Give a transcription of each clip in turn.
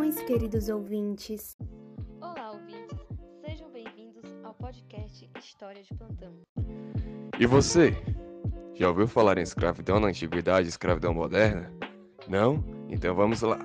Saudações, queridos ouvintes! Olá, ouvintes! Sejam bem-vindos ao podcast História de Plantão. E você? Já ouviu falar em escravidão na antiguidade e escravidão moderna? Não? Então vamos lá!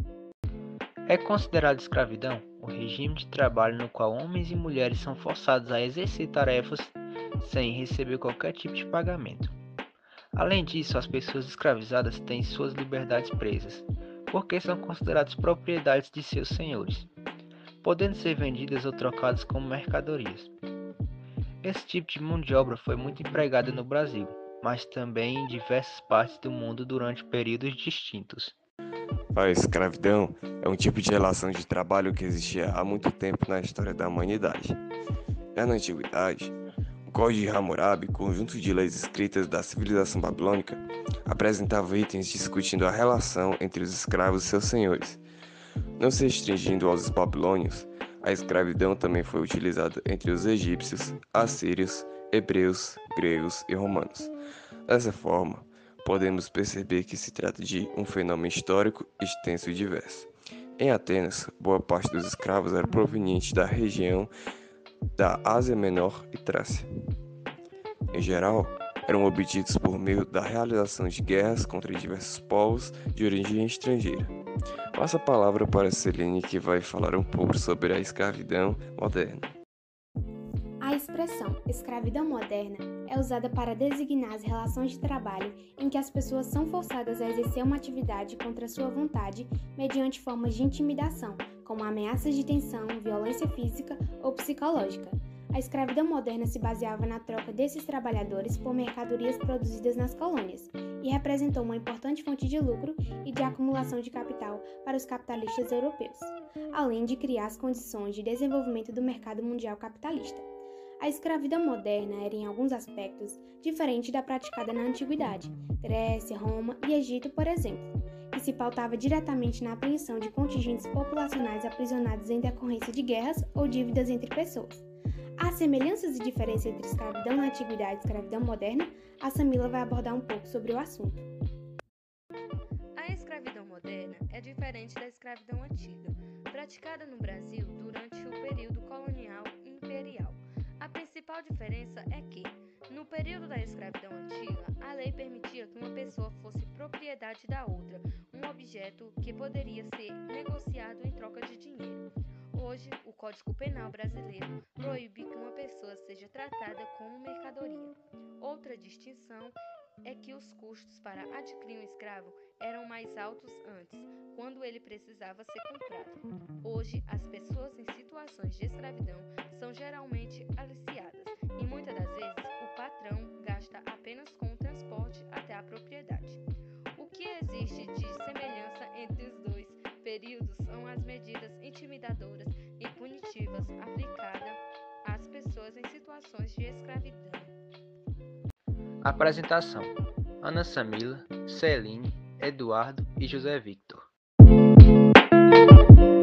É considerado escravidão o regime de trabalho no qual homens e mulheres são forçados a exercer tarefas sem receber qualquer tipo de pagamento. Além disso, as pessoas escravizadas têm suas liberdades presas, porque são consideradas propriedades de seus senhores, podendo ser vendidas ou trocadas como mercadorias. Esse tipo de mão de obra foi muito empregada no Brasil, mas também em diversas partes do mundo durante períodos distintos. A escravidão é um tipo de relação de trabalho que existia há muito tempo na história da humanidade. Já na antiguidade, o Código de Hammurabi, conjunto de leis escritas da civilização babilônica, apresentava itens discutindo a relação entre os escravos e seus senhores. Não se restringindo aos babilônios, a escravidão também foi utilizada entre os egípcios, assírios, hebreus, gregos e romanos. Dessa forma, podemos perceber que se trata de um fenômeno histórico, extenso e diverso. Em Atenas, boa parte dos escravos era proveniente da região da Ásia Menor e Trácia. Em geral, eram obtidos por meio da realização de guerras contra diversos povos de origem estrangeira. Passo a palavra para Celine, que vai falar um pouco sobre a escravidão moderna. A expressão escravidão moderna é usada para designar as relações de trabalho em que as pessoas são forçadas a exercer uma atividade contra sua vontade mediante formas de intimidação, como ameaças de detenção, violência física ou psicológica. A escravidão moderna se baseava na troca desses trabalhadores por mercadorias produzidas nas colônias e representou uma importante fonte de lucro e de acumulação de capital para os capitalistas europeus, além de criar as condições de desenvolvimento do mercado mundial capitalista. A escravidão moderna era, em alguns aspectos, diferente da praticada na Antiguidade, Grécia, Roma e Egito, por exemplo, que se pautava diretamente na apreensão de contingentes populacionais aprisionados em decorrência de guerras ou dívidas entre pessoas. Há semelhanças e diferenças entre escravidão na Antiguidade e escravidão moderna? A Samila vai abordar um pouco sobre o assunto. A escravidão moderna é diferente da escravidão antiga, praticada no Brasil durante o período colonial e imperial. A principal diferença é que, no período da escravidão antiga, a lei permitia que uma pessoa fosse propriedade da outra, um objeto que poderia ser negociado em troca de dinheiro. Hoje, o Código Penal brasileiro proíbe que uma pessoa seja tratada como mercadoria. Outra distinção é que os custos para adquirir um escravo eram mais altos antes, quando ele precisava ser comprado. Hoje, as pessoas em situações de escravidão são geralmente aliciadas e muitas das vezes o patrão gasta apenas com o transporte até a propriedade. O que existe de semelhança entre os dois períodos são as medidas intimidadoras e punitivas aplicadas às pessoas em situações de escravidão. Apresentação: Ana Samila, Celine, Eduardo e José Victor.